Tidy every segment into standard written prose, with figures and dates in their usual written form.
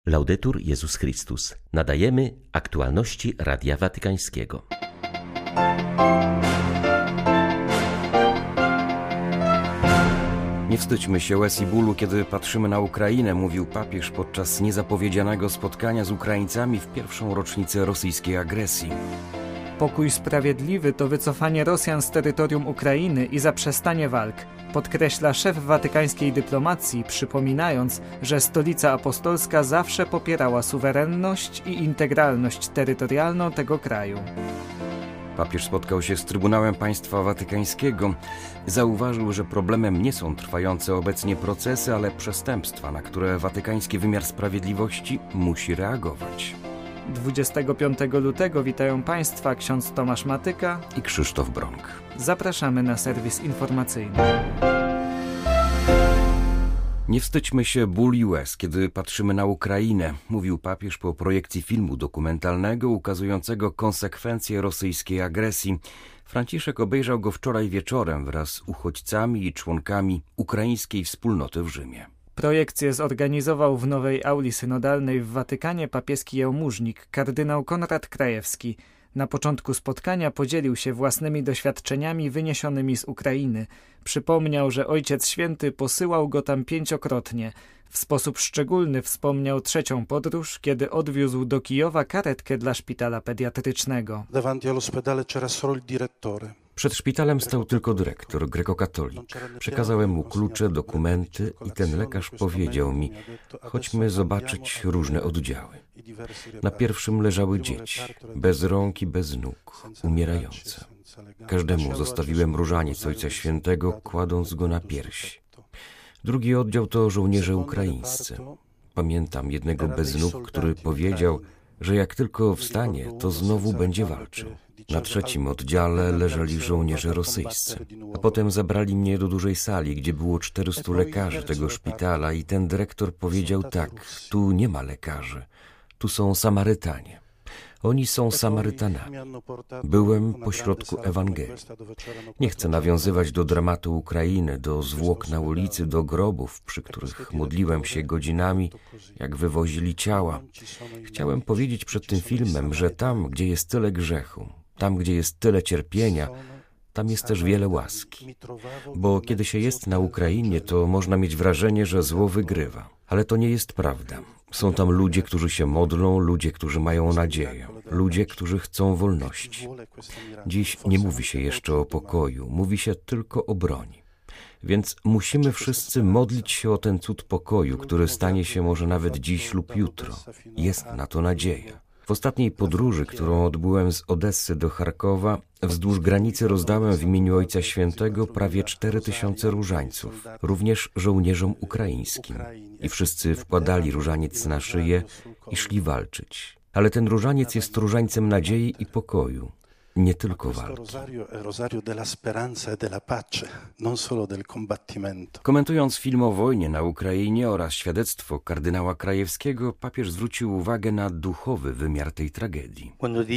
Laudetur Jezus Chrystus. Nadajemy aktualności Radia Watykańskiego. Nie wstydźmy się łez i bólu, kiedy patrzymy na Ukrainę, mówił papież podczas niezapowiedzianego spotkania z Ukraińcami w pierwszą rocznicę rosyjskiej agresji. Pokój sprawiedliwy to wycofanie Rosjan z terytorium Ukrainy i zaprzestanie walk, podkreśla szef watykańskiej dyplomacji, przypominając, że Stolica Apostolska zawsze popierała suwerenność i integralność terytorialną tego kraju. Papież spotkał się z Trybunałem Państwa Watykańskiego. Zauważył, że problemem nie są trwające obecnie procesy, ale przestępstwa, na które watykański wymiar sprawiedliwości musi reagować. 25 lutego witają Państwa ksiądz Tomasz Matyka i Krzysztof Bronk. Zapraszamy na serwis informacyjny. Nie wstydźmy się ból i łez, kiedy patrzymy na Ukrainę, mówił papież po projekcji filmu dokumentalnego ukazującego konsekwencje rosyjskiej agresji. Franciszek obejrzał go wczoraj wieczorem wraz z uchodźcami i członkami ukraińskiej wspólnoty w Rzymie. Projekcję zorganizował w nowej auli synodalnej w Watykanie papieski jałmużnik kardynał Konrad Krajewski. Na początku spotkania podzielił się własnymi doświadczeniami wyniesionymi z Ukrainy. Przypomniał, że Ojciec Święty posyłał go tam 5-krotnie. W sposób szczególny wspomniał 3. podróż, kiedy odwiózł do Kijowa karetkę dla szpitala pediatrycznego. Przed szpitalem stał tylko dyrektor, grekokatolik. Przekazałem mu klucze, dokumenty i ten lekarz powiedział mi: chodźmy zobaczyć różne oddziały. Na pierwszym leżały dzieci, bez rąk i bez nóg, umierające. Każdemu zostawiłem różaniec Ojca Świętego, kładąc go na piersi. Drugi oddział to żołnierze ukraińscy. Pamiętam jednego bez nóg, który powiedział, że jak tylko wstanie, to znowu będzie walczył. Na 3. oddziale leżeli żołnierze rosyjscy. A potem zabrali mnie do dużej sali, gdzie było 400 lekarzy tego szpitala i ten dyrektor powiedział tak: tu nie ma lekarzy, tu są Samarytanie. Oni są Samarytanami. Byłem pośrodku Ewangelii. Nie chcę nawiązywać do dramatu Ukrainy, do zwłok na ulicy, do grobów, przy których modliłem się godzinami, jak wywozili ciała. Chciałem powiedzieć przed tym filmem, że tam, gdzie jest tyle grzechu, tam, gdzie jest tyle cierpienia, tam jest też wiele łaski. Bo kiedy się jest na Ukrainie, to można mieć wrażenie, że zło wygrywa. Ale to nie jest prawda. Są tam ludzie, którzy się modlą, ludzie, którzy mają nadzieję, ludzie, którzy chcą wolności. Dziś nie mówi się jeszcze o pokoju, mówi się tylko o broni. Więc musimy wszyscy modlić się o ten cud pokoju, który stanie się może nawet dziś lub jutro. Jest na to nadzieja. W ostatniej podróży, którą odbyłem z Odessy do Charkowa, wzdłuż granicy rozdałem w imieniu Ojca Świętego prawie 4000 różańców, również żołnierzom ukraińskim. I wszyscy wkładali różaniec na szyję i szli walczyć. Ale ten różaniec jest różańcem nadziei i pokoju, nie tylko walki. Komentując film o wojnie na Ukrainie oraz świadectwo kardynała Krajewskiego, papież zwrócił uwagę na duchowy wymiar tej tragedii.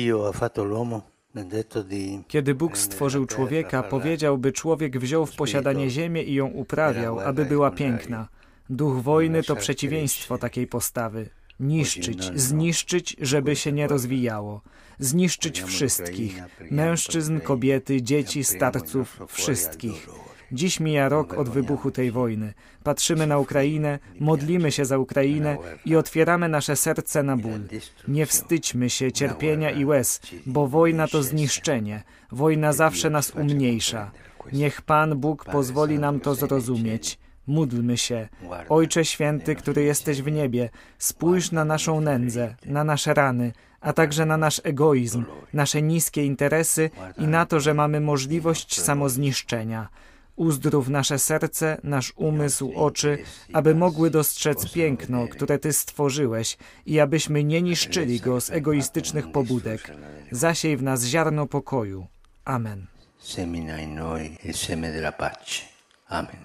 Kiedy Bóg stworzył człowieka, powiedział, by człowiek wziął w posiadanie ziemię i ją uprawiał, aby była piękna. Duch wojny to przeciwieństwo takiej postawy. Niszczyć, zniszczyć, żeby się nie rozwijało. Zniszczyć wszystkich. Mężczyzn, kobiety, dzieci, starców, wszystkich. Dziś mija rok od wybuchu tej wojny. Patrzymy na Ukrainę, modlimy się za Ukrainę i otwieramy nasze serce na ból. Nie wstydźmy się cierpienia i łez, bo wojna to zniszczenie. Wojna zawsze nas umniejsza. Niech Pan Bóg pozwoli nam to zrozumieć. Módlmy się. Ojcze Święty, który jesteś w niebie, spójrz na naszą nędzę, na nasze rany, a także na nasz egoizm, nasze niskie interesy i na to, że mamy możliwość samozniszczenia. Uzdrów nasze serce, nasz umysł, oczy, aby mogły dostrzec piękno, które Ty stworzyłeś i abyśmy nie niszczyli go z egoistycznych pobudek. Zasiej w nas ziarno pokoju. Amen. Semina in noi il seme della pace. Amen.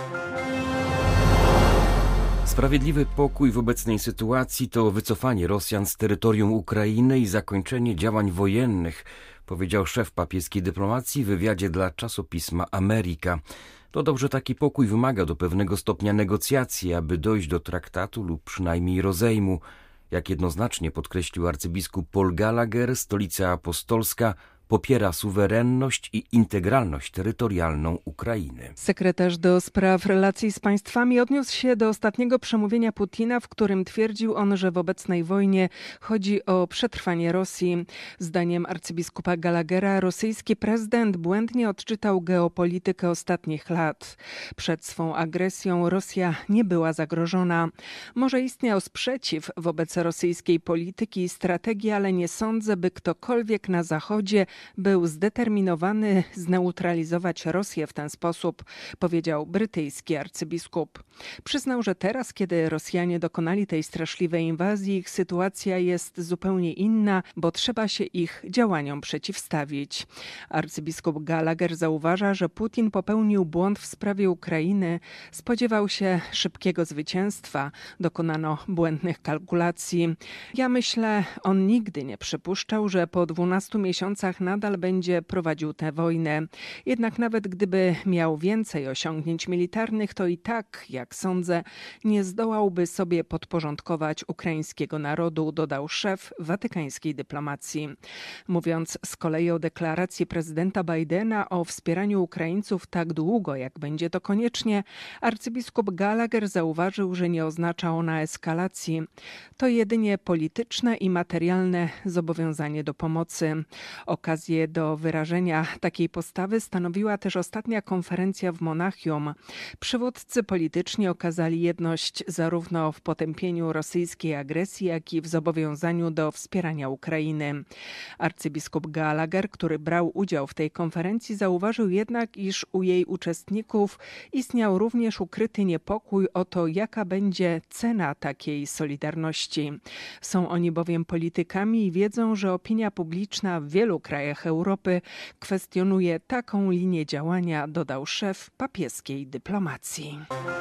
Sprawiedliwy pokój w obecnej sytuacji to wycofanie Rosjan z terytorium Ukrainy i zakończenie działań wojennych, powiedział szef papieskiej dyplomacji w wywiadzie dla czasopisma Ameryka. To dobrze, taki pokój wymaga do pewnego stopnia negocjacji, aby dojść do traktatu lub przynajmniej rozejmu. Jak jednoznacznie podkreślił arcybiskup Paul Gallagher, Stolica Apostolska popiera suwerenność i integralność terytorialną Ukrainy. Sekretarz do spraw relacji z państwami odniósł się do ostatniego przemówienia Putina, w którym twierdził on, że w obecnej wojnie chodzi o przetrwanie Rosji. Zdaniem arcybiskupa Gallaghera rosyjski prezydent błędnie odczytał geopolitykę ostatnich lat. Przed swą agresją Rosja nie była zagrożona. Może istniał sprzeciw wobec rosyjskiej polityki i strategii, ale nie sądzę, by ktokolwiek na Zachodzie był zdeterminowany zneutralizować Rosję w ten sposób, powiedział brytyjski arcybiskup. Przyznał, że teraz, kiedy Rosjanie dokonali tej straszliwej inwazji, ich sytuacja jest zupełnie inna, bo trzeba się ich działaniom przeciwstawić. Arcybiskup Gallagher zauważa, że Putin popełnił błąd w sprawie Ukrainy, spodziewał się szybkiego zwycięstwa, dokonano błędnych kalkulacji. Ja myślę, on nigdy nie przypuszczał, że po 12 miesiącach nadal będzie prowadził tę wojnę. Jednak nawet gdyby miał więcej osiągnięć militarnych, to i tak, jak sądzę, nie zdołałby sobie podporządkować ukraińskiego narodu, dodał szef watykańskiej dyplomacji. Mówiąc z kolei o deklaracji prezydenta Bidena o wspieraniu Ukraińców tak długo, jak będzie to koniecznie, arcybiskup Gallagher zauważył, że nie oznacza ona eskalacji. To jedynie polityczne i materialne zobowiązanie do pomocy. Okazję do wyrażenia takiej postawy stanowiła też ostatnia konferencja w Monachium. Przywódcy polityczni okazali jedność zarówno w potępieniu rosyjskiej agresji, jak i w zobowiązaniu do wspierania Ukrainy. Arcybiskup Gallagher, który brał udział w tej konferencji, zauważył jednak, iż u jej uczestników istniał również ukryty niepokój o to, jaka będzie cena takiej solidarności. Są oni bowiem politykami i wiedzą, że opinia publiczna w wielu krajach Europy kwestionuje taką linię działania, dodał szef papieskiej dyplomacji.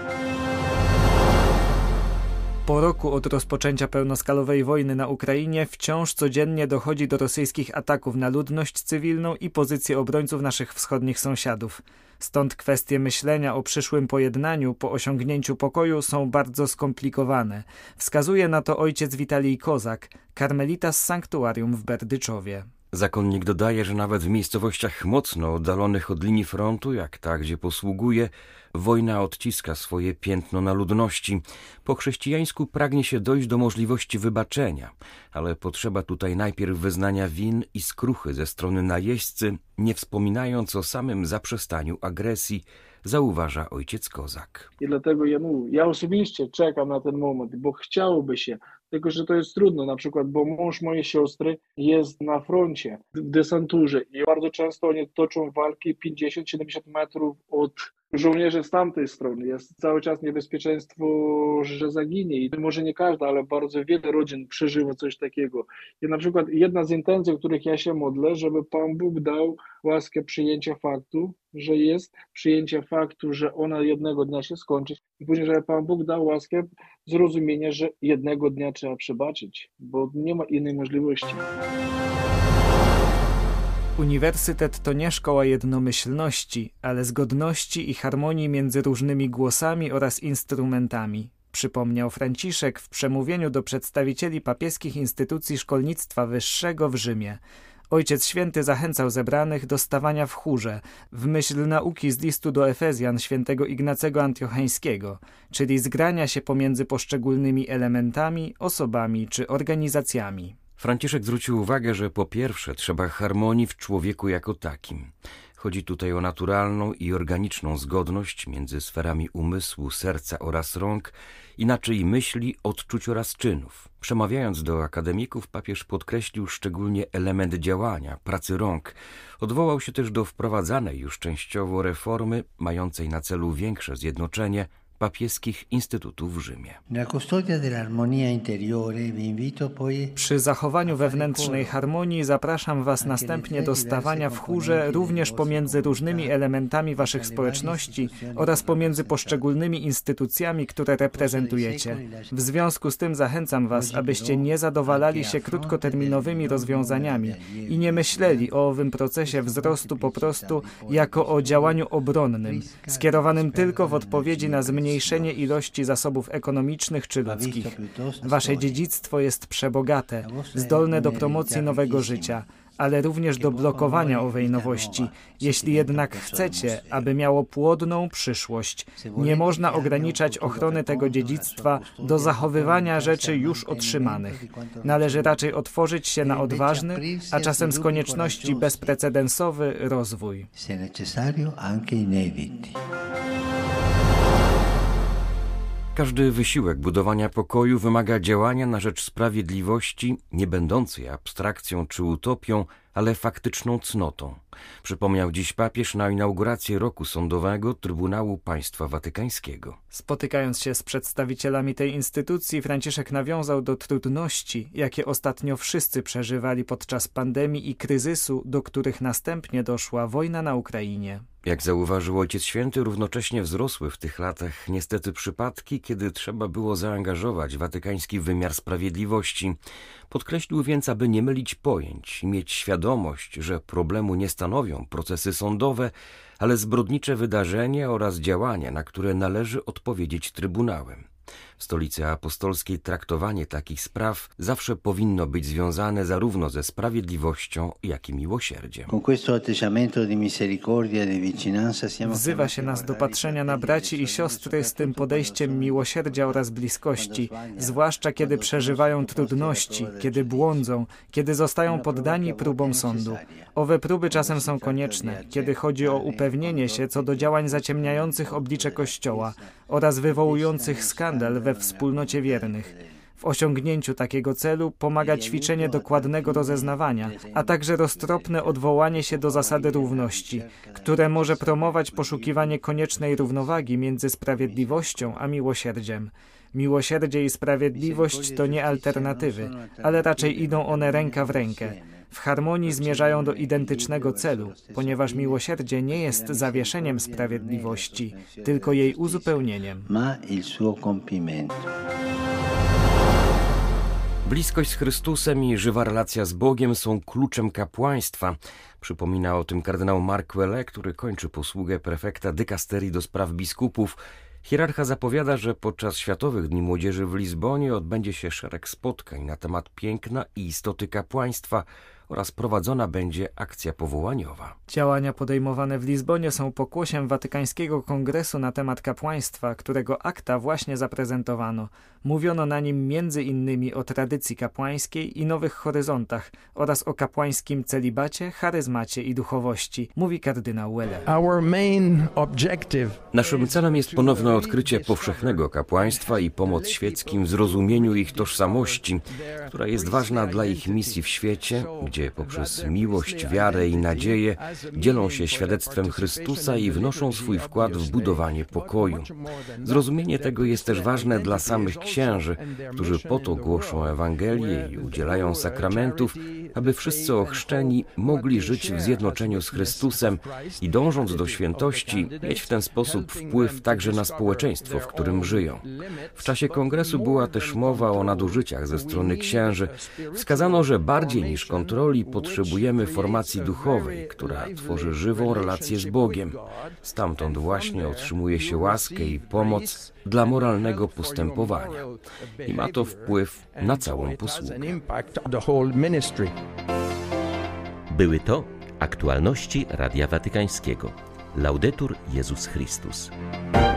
Po roku od rozpoczęcia pełnoskalowej wojny na Ukrainie wciąż codziennie dochodzi do rosyjskich ataków na ludność cywilną i pozycje obrońców naszych wschodnich sąsiadów. Stąd kwestie myślenia o przyszłym pojednaniu po osiągnięciu pokoju są bardzo skomplikowane. Wskazuje na to ojciec Witalij Kozak, karmelita z sanktuarium w Berdyczowie. Zakonnik dodaje, że nawet w miejscowościach mocno oddalonych od linii frontu, jak ta, gdzie posługuje, wojna odciska swoje piętno na ludności. Po chrześcijańsku pragnie się dojść do możliwości wybaczenia, ale potrzeba tutaj najpierw wyznania win i skruchy ze strony najeźdźcy, nie wspominając o samym zaprzestaniu agresji, zauważa ojciec Kozak. I dlatego ja osobiście czekam na ten moment, bo chciałoby się, tylko że to jest trudno, na przykład, bo mąż mojej siostry jest na froncie, w desanturze i bardzo często oni toczą walki 50-70 metrów od żołnierzy z tamtej strony. Jest cały czas niebezpieczeństwo, że zaginie i może nie każda, ale bardzo wiele rodzin przeżywa coś takiego. I na przykład jedna z intencji, o których ja się modlę, żeby Pan Bóg dał łaskę przyjęcia faktu, że jest, przyjęcia faktu, że ona jednego dnia się skończy i później, żeby Pan Bóg dał łaskę zrozumienia, że jednego dnia trzeba przebaczyć, bo nie ma innej możliwości. Uniwersytet to nie szkoła jednomyślności, ale zgodności i harmonii między różnymi głosami oraz instrumentami, przypomniał Franciszek w przemówieniu do przedstawicieli papieskich instytucji szkolnictwa wyższego w Rzymie. Ojciec Święty zachęcał zebranych do stawania w chórze, w myśl nauki z listu do Efezjan świętego Ignacego Antiocheńskiego, czyli zgrania się pomiędzy poszczególnymi elementami, osobami czy organizacjami. Franciszek zwrócił uwagę, że po pierwsze trzeba harmonii w człowieku jako takim. Chodzi tutaj o naturalną i organiczną zgodność między sferami umysłu, serca oraz rąk, inaczej myśli, odczuć oraz czynów. Przemawiając do akademików, papież podkreślił szczególnie element działania, pracy rąk. Odwołał się też do wprowadzanej już częściowo reformy, mającej na celu większe zjednoczenie papieskich instytutów w Rzymie. Przy zachowaniu wewnętrznej harmonii zapraszam Was następnie do stawania w chórze również pomiędzy różnymi elementami Waszych społeczności oraz pomiędzy poszczególnymi instytucjami, które reprezentujecie. W związku z tym zachęcam Was, abyście nie zadowalali się krótkoterminowymi rozwiązaniami i nie myśleli o owym procesie wzrostu po prostu jako o działaniu obronnym, skierowanym tylko w odpowiedzi na zmniejszenie ilości zasobów ekonomicznych czy ludzkich. Wasze dziedzictwo jest przebogate, zdolne do promocji nowego życia, ale również do blokowania owej nowości. Jeśli jednak chcecie, aby miało płodną przyszłość, nie można ograniczać ochrony tego dziedzictwa do zachowywania rzeczy już otrzymanych. Należy raczej otworzyć się na odważny, a czasem z konieczności bezprecedensowy rozwój. Każdy wysiłek budowania pokoju wymaga działania na rzecz sprawiedliwości, nie będącej abstrakcją czy utopią, ale faktyczną cnotą. Przypomniał dziś papież na inaugurację roku sądowego Trybunału Państwa Watykańskiego. Spotykając się z przedstawicielami tej instytucji, Franciszek nawiązał do trudności, jakie ostatnio wszyscy przeżywali podczas pandemii i kryzysu, do których następnie doszła wojna na Ukrainie. Jak zauważył Ojciec Święty, równocześnie wzrosły w tych latach niestety przypadki, kiedy trzeba było zaangażować watykański wymiar sprawiedliwości. Podkreślił więc, aby nie mylić pojęć i mieć świadomość, że problemu nie stanowią procesy sądowe, ale zbrodnicze wydarzenia oraz działania, na które należy odpowiedzieć Trybunałem. W Stolicy Apostolskiej traktowanie takich spraw zawsze powinno być związane zarówno ze sprawiedliwością, jak i miłosierdziem. Wzywa się nas do patrzenia na braci i siostry z tym podejściem miłosierdzia oraz bliskości, zwłaszcza kiedy przeżywają trudności, kiedy błądzą, kiedy zostają poddani próbom sądu. Owe próby czasem są konieczne, kiedy chodzi o upewnienie się co do działań zaciemniających oblicze Kościoła oraz wywołujących skandal we wspólnocie wiernych. W osiągnięciu takiego celu pomaga ćwiczenie dokładnego rozeznawania, a także roztropne odwołanie się do zasady równości, które może promować poszukiwanie koniecznej równowagi między sprawiedliwością a miłosierdziem. Miłosierdzie i sprawiedliwość to nie alternatywy, ale raczej idą one ręka w rękę. W harmonii zmierzają do identycznego celu, ponieważ miłosierdzie nie jest zawieszeniem sprawiedliwości, tylko jej uzupełnieniem. Bliskość z Chrystusem i żywa relacja z Bogiem są kluczem kapłaństwa. Przypomina o tym kardynał Mark Welle, który kończy posługę prefekta dykasterii do spraw biskupów. Hierarcha zapowiada, że podczas Światowych Dni Młodzieży w Lizbonie odbędzie się szereg spotkań na temat piękna i istoty kapłaństwa oraz prowadzona będzie akcja powołaniowa. Działania podejmowane w Lizbonie są pokłosiem Watykańskiego Kongresu na temat kapłaństwa, którego akta właśnie zaprezentowano. Mówiono na nim między innymi o tradycji kapłańskiej i nowych horyzontach oraz o kapłańskim celibacie, charyzmacie i duchowości, mówi kardynał Welle. Naszym celem jest ponowne odkrycie powszechnego kapłaństwa i pomoc świeckim w zrozumieniu ich tożsamości, która jest ważna dla ich misji w świecie, gdzie poprzez miłość, wiarę i nadzieję dzielą się świadectwem Chrystusa i wnoszą swój wkład w budowanie pokoju. Zrozumienie tego jest też ważne dla samych księży, którzy po to głoszą Ewangelię i udzielają sakramentów, aby wszyscy ochrzczeni mogli żyć w zjednoczeniu z Chrystusem i dążąc do świętości, mieć w ten sposób wpływ także na społeczeństwo, w którym żyją. W czasie kongresu była też mowa o nadużyciach ze strony księży. Wskazano, że bardziej niż kontroli potrzebujemy formacji duchowej, która tworzy żywą relację z Bogiem. Stamtąd właśnie otrzymuje się łaskę i pomoc dla moralnego postępowania. I ma to wpływ na całą posługę. Były to aktualności Radia Watykańskiego. Laudetur Jezus Chrystus.